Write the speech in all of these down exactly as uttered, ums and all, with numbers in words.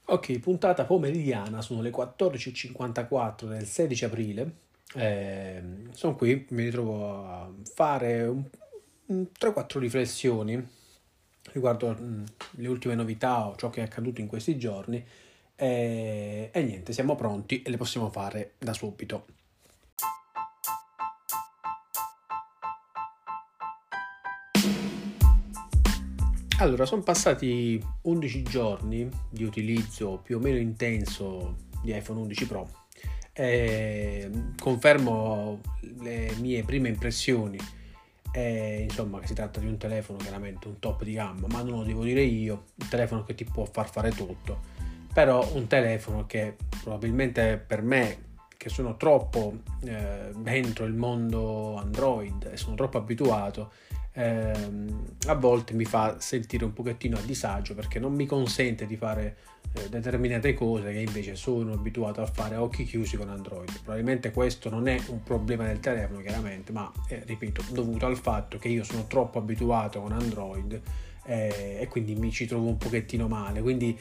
Ok, puntata pomeridiana, sono le quattordici e cinquantaquattro del sedici aprile. Sono qui, mi ritrovo a fare un, un tre quattro riflessioni riguardo mm, le ultime novità o ciò che è accaduto in questi giorni. E, e niente, siamo pronti e le possiamo fare da subito. Allora, sono passati undici giorni di utilizzo più o meno intenso di iPhone undici Pro. E confermo le mie prime impressioni. E, insomma, che si tratta di un telefono chiaramente un top di gamma, ma non lo devo dire io, un telefono che ti può far fare tutto, però un telefono che probabilmente per me, che sono troppo eh, dentro il mondo Android e sono troppo abituato, ehm, a volte mi fa sentire un pochettino a disagio, perché non mi consente di fare eh, determinate cose che invece sono abituato a fare a occhi chiusi con Android. Probabilmente questo non è un problema del telefono, chiaramente, ma eh, ripeto, dovuto al fatto che io sono troppo abituato con Android eh, e quindi mi ci trovo un pochettino male. Quindi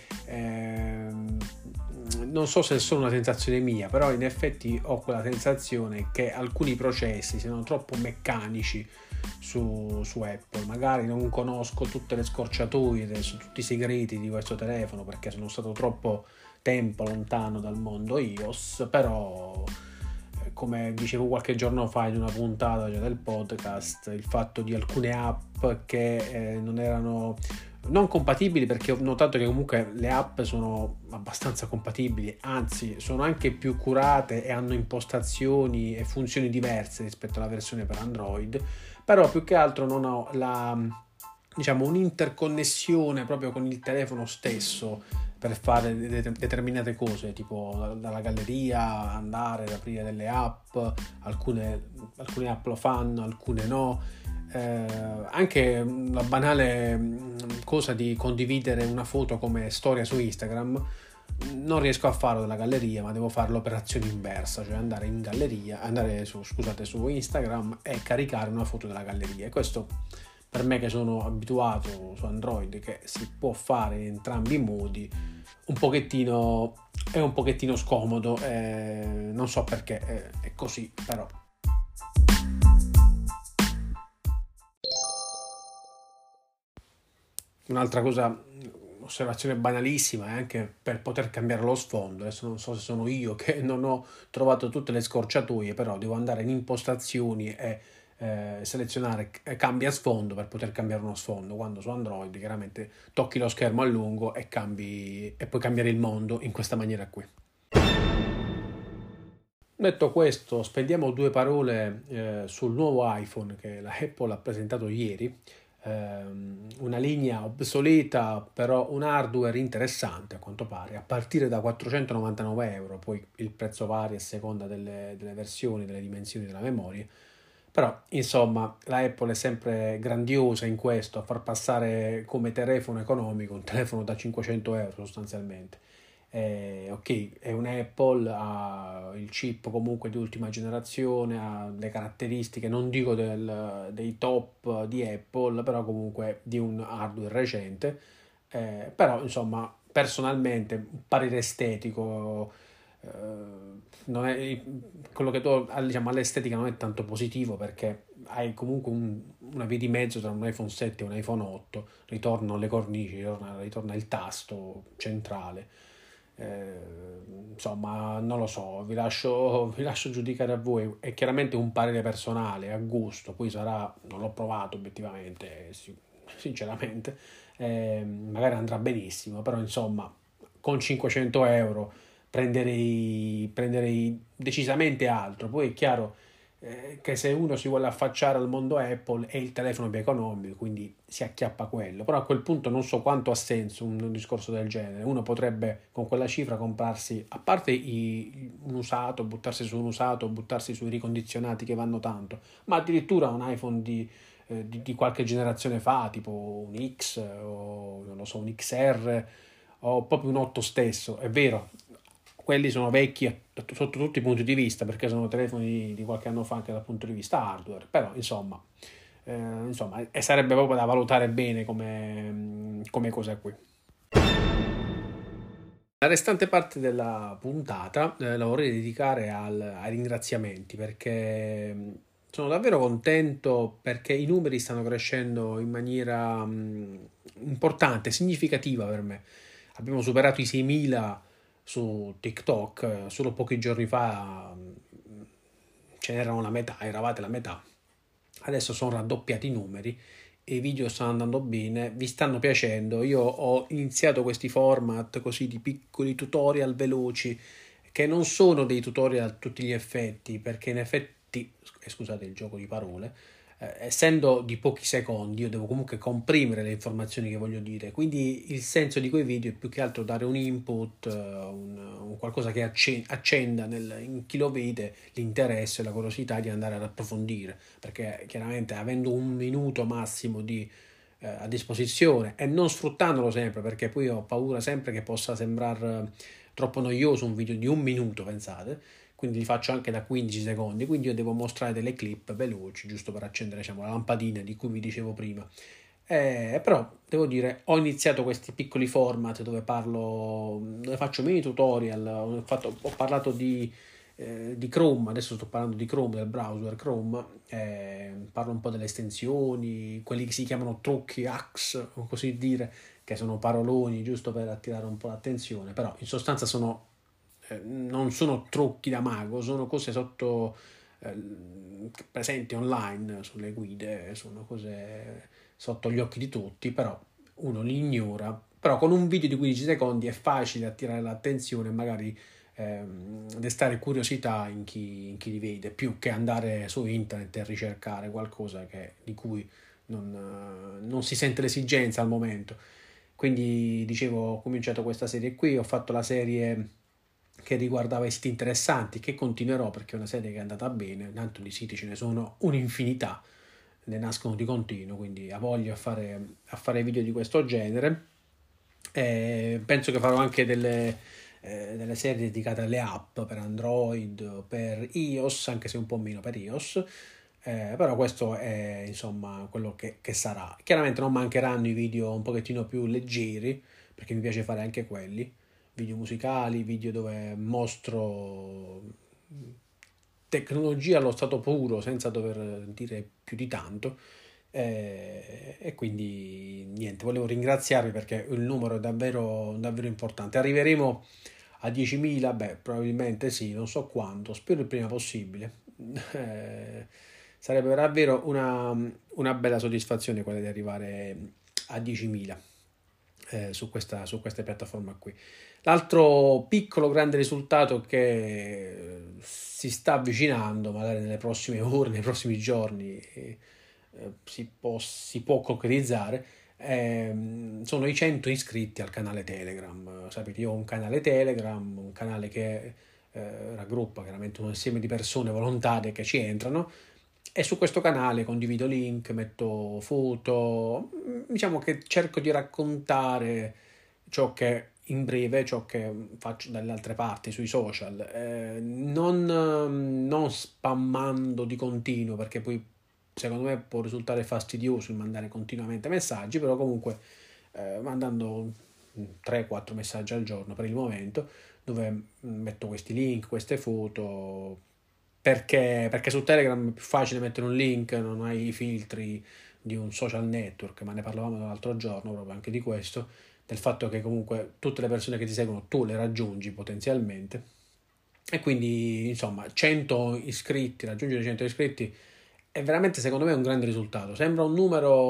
ehm, non so se è solo una sensazione mia, però in effetti ho quella sensazione che alcuni processi siano troppo meccanici su, su Apple. Magari non conosco tutte le scorciatoie, su tutti i segreti di questo telefono, perché sono stato troppo tempo lontano dal mondo iOS, però eh, come dicevo qualche giorno fa in una puntata, cioè, del podcast, il fatto di alcune app che eh, non erano non compatibili, perché ho notato che comunque le app sono abbastanza compatibili, anzi sono anche più curate e hanno impostazioni e funzioni diverse rispetto alla versione per Android, però più che altro non ho la, diciamo, un'interconnessione proprio con il telefono stesso per fare de- determinate cose, tipo dalla galleria andare ad aprire delle app. Alcune, alcune app lo fanno, alcune no. Eh, anche la banale mh, cosa di condividere una foto come storia su Instagram non riesco a farlo dalla galleria, ma devo fare l'operazione inversa, cioè andare in galleria, andare su, scusate, su Instagram e caricare una foto della galleria. E questo, per me che sono abituato su Android, che si può fare in entrambi i modi, un pochettino è un pochettino scomodo, eh, non so perché è, è così, però. Un'altra cosa, osservazione banalissima, è anche per poter cambiare lo sfondo. Adesso non so se sono io che non ho trovato tutte le scorciatoie, però devo andare in impostazioni e eh, selezionare eh, cambia sfondo per poter cambiare uno sfondo, quando su Android chiaramente tocchi lo schermo a lungo e cambi e puoi cambiare il mondo in questa maniera qui. Detto questo, spendiamo due parole eh, sul nuovo iPhone che la Apple ha presentato ieri. Ehm, una linea obsoleta, però un hardware interessante a quanto pare, a partire da quattrocentonovantanove euro, poi il prezzo varia a seconda delle, delle versioni, delle dimensioni della memoria. Però, insomma, la Apple è sempre grandiosa in questo, a far passare come telefono economico un telefono da cinquecento euro sostanzialmente. Eh, ok, è un Apple, ha il chip comunque di ultima generazione, ha le caratteristiche, non dico del- dei top di Apple, però comunque di un hardware recente. Eh, però insomma, personalmente, un parere estetico, eh, non è, quello che do diciamo, all'estetica non è tanto positivo, perché hai comunque un- una via di mezzo tra un iPhone sette e un iPhone otto, ritornano le cornici, ritorna, ritorna il tasto centrale. Eh, insomma, non lo so, vi lascio, vi lascio giudicare a voi. È chiaramente un parere personale, a gusto, poi sarà, non l'ho provato obiettivamente, sì, sinceramente, eh, magari andrà benissimo, però insomma, con cinquecento euro prenderei, prenderei decisamente altro. Poi è chiaro eh, che se uno si vuole affacciare al mondo Apple è il telefono più economico, quindi si acchiappa quello. Però a quel punto non so quanto ha senso un, un discorso del genere. Uno potrebbe con quella cifra comprarsi, a parte i, un usato, buttarsi su un usato, buttarsi sui ricondizionati che vanno tanto, ma addirittura un iPhone di, eh, di, di qualche generazione fa, tipo un X o non lo so, un X R o proprio un otto stesso. È vero, quelli sono vecchi sotto tutti i punti di vista, perché sono telefoni di qualche anno fa anche dal punto di vista hardware, però insomma, eh, insomma e sarebbe proprio da valutare bene come, come cosa qui. La restante parte della puntata eh, la vorrei dedicare al- ai ringraziamenti perché mh, sono davvero contento perché i numeri stanno crescendo in maniera mh, importante, significativa per me. Abbiamo superato i seimila su TikTok, eh, solo pochi giorni fa mh, ce n'erano la metà, eravate la metà. Adesso sono raddoppiati i numeri e i video stanno andando bene, vi stanno piacendo. Io ho iniziato questi format così di piccoli tutorial veloci che non sono dei tutorial a tutti gli effetti, perché in effetti, eh, scusate il gioco di parole, eh, essendo di pochi secondi, io devo comunque comprimere le informazioni che voglio dire. Quindi il senso di quei video è più che altro dare un input, eh, un, un qualcosa che acce- accenda nel, in chi lo vede l'interesse e la curiosità di andare ad approfondire, perché chiaramente avendo un minuto massimo di eh, a disposizione e non sfruttandolo sempre, perché poi ho paura sempre che possa sembrare troppo noioso un video di un minuto, pensate, quindi li faccio anche da quindici secondi, quindi io devo mostrare delle clip veloci, giusto per accendere, diciamo, la lampadina di cui vi dicevo prima. Eh, però devo dire, ho iniziato questi piccoli format dove parlo, dove faccio mini tutorial, ho, fatto- ho parlato di, eh, di Chrome, adesso sto parlando di Chrome, del browser Chrome, eh, parlo un po' delle estensioni, quelli che si chiamano trucchi, hacks, o così dire, che sono paroloni giusto per attirare un po' l'attenzione, però in sostanza sono eh, non sono trucchi da mago, sono cose sotto eh, presenti online sulle guide, sono cose sotto gli occhi di tutti, però uno li ignora. Però con un video di quindici secondi è facile attirare l'attenzione e magari ehm, destare curiosità in chi, in chi li vede, più che andare su internet e ricercare qualcosa che, di cui non, non si sente l'esigenza al momento. Quindi dicevo, ho cominciato questa serie qui, ho fatto la serie che riguardava i siti interessanti, che continuerò perché è una serie che è andata bene, tanto di siti ce ne sono un'infinità, ne nascono di continuo, quindi ha voglia a fare, a fare video di questo genere. E penso che farò anche delle, eh, delle serie dedicate alle app per Android, per iOS, anche se un po' meno per iOS. Eh, però questo è insomma quello che, che sarà. Chiaramente non mancheranno i video un pochettino più leggeri, perché mi piace fare anche quelli, video musicali, video dove mostro tecnologia allo stato puro senza dover dire più di tanto. Eh, e quindi niente, volevo ringraziarvi perché il numero è davvero, davvero importante. Arriveremo a diecimila? Beh, probabilmente sì, non so quando, spero il prima possibile. Eh, sarebbe davvero una, una bella soddisfazione quella di arrivare a diecimila eh, su questa, su queste piattaforme qui. L'altro piccolo grande risultato che si sta avvicinando, magari nelle prossime ore, nei prossimi giorni, eh, si può, si può concretizzare, ehm, sono i cento iscritti al canale Telegram. Sapete, io ho un canale Telegram, un canale che eh, raggruppa chiaramente un insieme di persone volontarie che ci entrano e su questo canale condivido link, metto foto, diciamo che cerco di raccontare ciò che in breve, ciò che faccio dalle altre parti sui social, eh, non, non spammando di continuo perché poi secondo me può risultare fastidioso il mandare continuamente messaggi, però comunque eh, mandando tre quattro messaggi al giorno per il momento, dove metto questi link, queste foto, perché, perché su Telegram è più facile mettere un link, non hai i filtri di un social network, ma ne parlavamo l'altro giorno proprio anche di questo, del fatto che comunque tutte le persone che ti seguono tu le raggiungi potenzialmente. E quindi, insomma, cento iscritti, raggiungere cento iscritti è veramente, secondo me, un grande risultato. Sembra un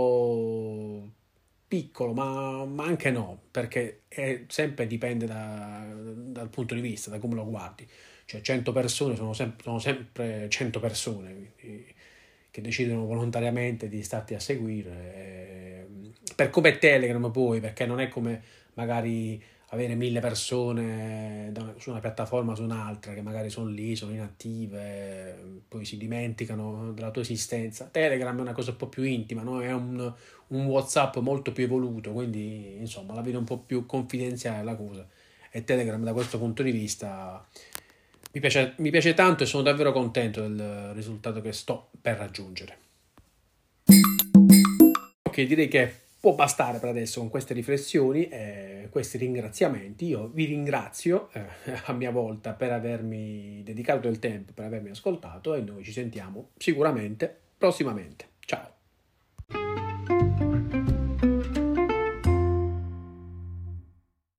numero piccolo, ma, ma anche no, perché è, sempre dipende da- dal punto di vista, da come lo guardi. Cioè, cento persone sono, sem- sono sempre cento persone quindi, che decidono volontariamente di starti a seguire. eh, per come è Telegram poi, perché non è come magari avere mille persone da- su una piattaforma su un'altra che magari sono lì, sono inattive, poi si dimenticano della tua esistenza. Telegram è una cosa un po' più intima, no? È un, un WhatsApp molto più evoluto, quindi insomma la vedo un po' più confidenziale la cosa. E Telegram da questo punto di vista mi piace, mi piace tanto e sono davvero contento del risultato che sto per raggiungere. Ok, direi che può bastare per adesso con queste riflessioni e questi ringraziamenti. Io vi ringrazio eh, a mia volta per avermi dedicato del tempo, per avermi ascoltato, e noi ci sentiamo sicuramente prossimamente. Ciao!